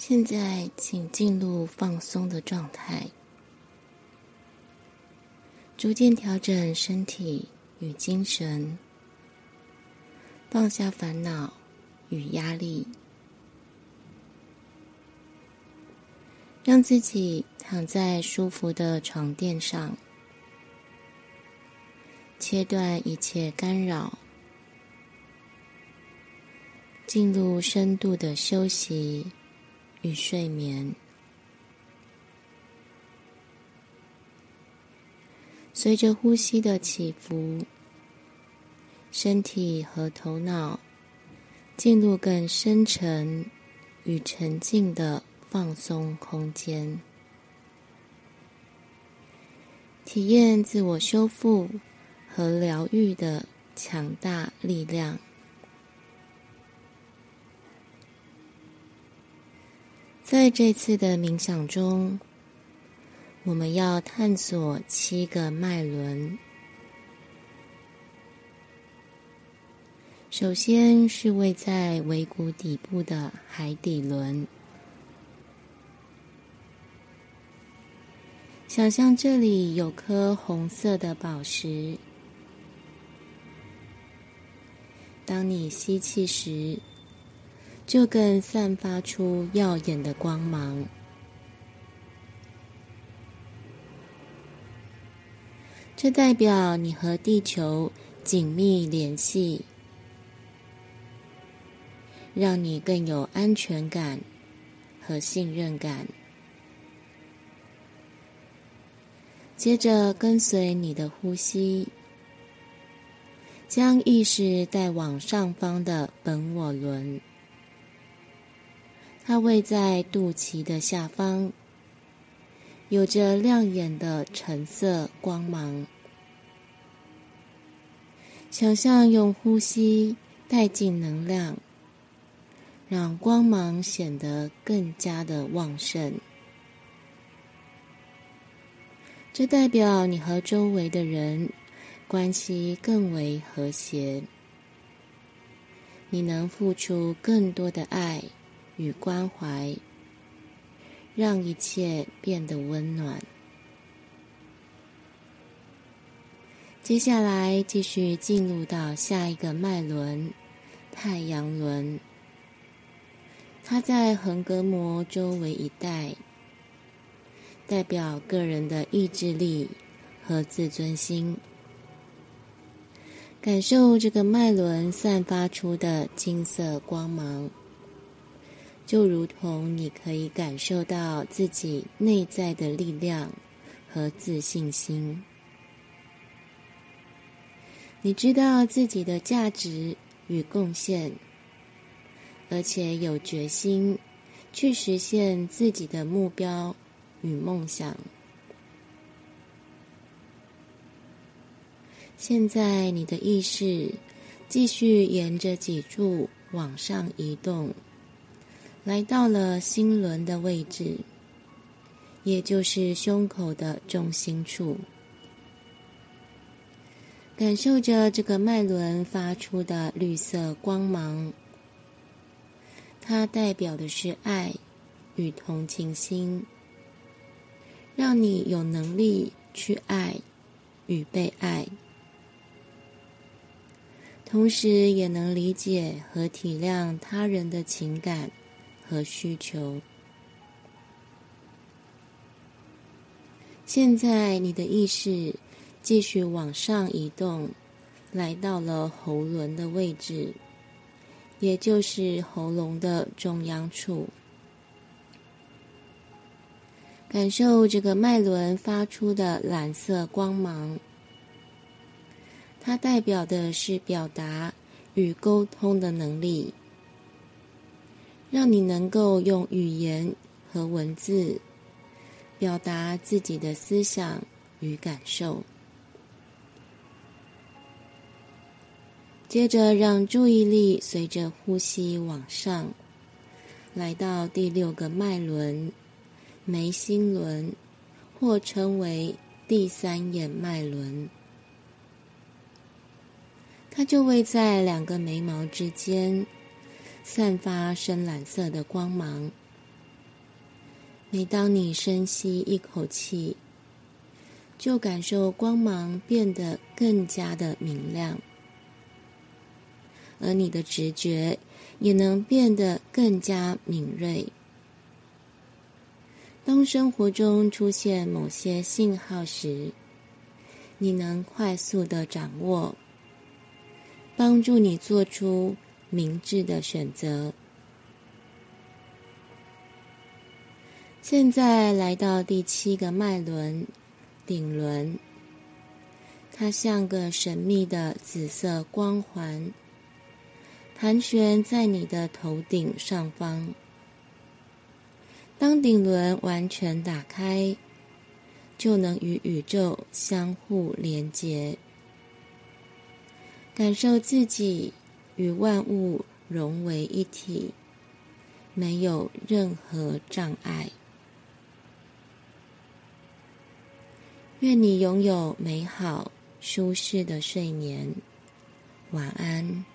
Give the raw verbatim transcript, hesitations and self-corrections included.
现在请进入放松的状态，逐渐调整身体与精神，放下烦恼与压力，让自己躺在舒服的床垫上，切断一切干扰，进入深度的休息与睡眠。随着呼吸的起伏，身体和头脑进入更深沉与沉静的放松空间，体验自我修复和疗愈的强大力量。在这次的冥想中，我们要探索七个脉轮。首先是位在尾骨底部的海底轮，想象这里有颗红色的宝石，当你吸气时，就更散发出耀眼的光芒。这代表你和地球紧密联系，让你更有安全感和信任感。接着跟随你的呼吸，将意识带往上方的本我轮，它位在肚脐的下方，有着亮眼的橙色光芒。想象用呼吸带进能量，让光芒显得更加的旺盛。这代表你和周围的人关系更为和谐，你能付出更多的爱与关怀，让一切变得温暖。接下来继续进入到下一个脉轮，太阳轮。它在横膈膜周围一带，代表个人的意志力和自尊心。感受这个脉轮散发出的金色光芒，就如同你可以感受到自己内在的力量和自信心。你知道自己的价值与贡献，而且有决心去实现自己的目标与梦想。现在你的意识继续沿着脊柱往上移动，来到了心轮的位置，也就是胸口的中心处。感受着这个脉轮发出的绿色光芒，它代表的是爱与同情心，让你有能力去爱与被爱，同时也能理解和体谅他人的情感和需求。现在你的意识继续往上移动，来到了喉轮的位置，也就是喉咙的中央处。感受这个脉轮发出的蓝色光芒，它代表的是表达与沟通的能力，让你能够用语言和文字表达自己的思想与感受。接着让注意力随着呼吸往上，来到第六个脉轮，眉心轮，或称为第三眼脉轮。它就位在两个眉毛之间，散发深蓝色的光芒。 每当你深吸一口气，就感受光芒变得更加的明亮，而你的直觉也能变得更加敏锐。当生活中出现某些信号时，你能快速的掌握，帮助你做出明智的选择。现在来到第七个脉轮，顶轮，它像个神秘的紫色光环，盘旋在你的头顶上方。当顶轮完全打开，就能与宇宙相互连结，感受自己与万物融为一体，没有任何障碍。愿你拥有美好舒适的睡眠，晚安。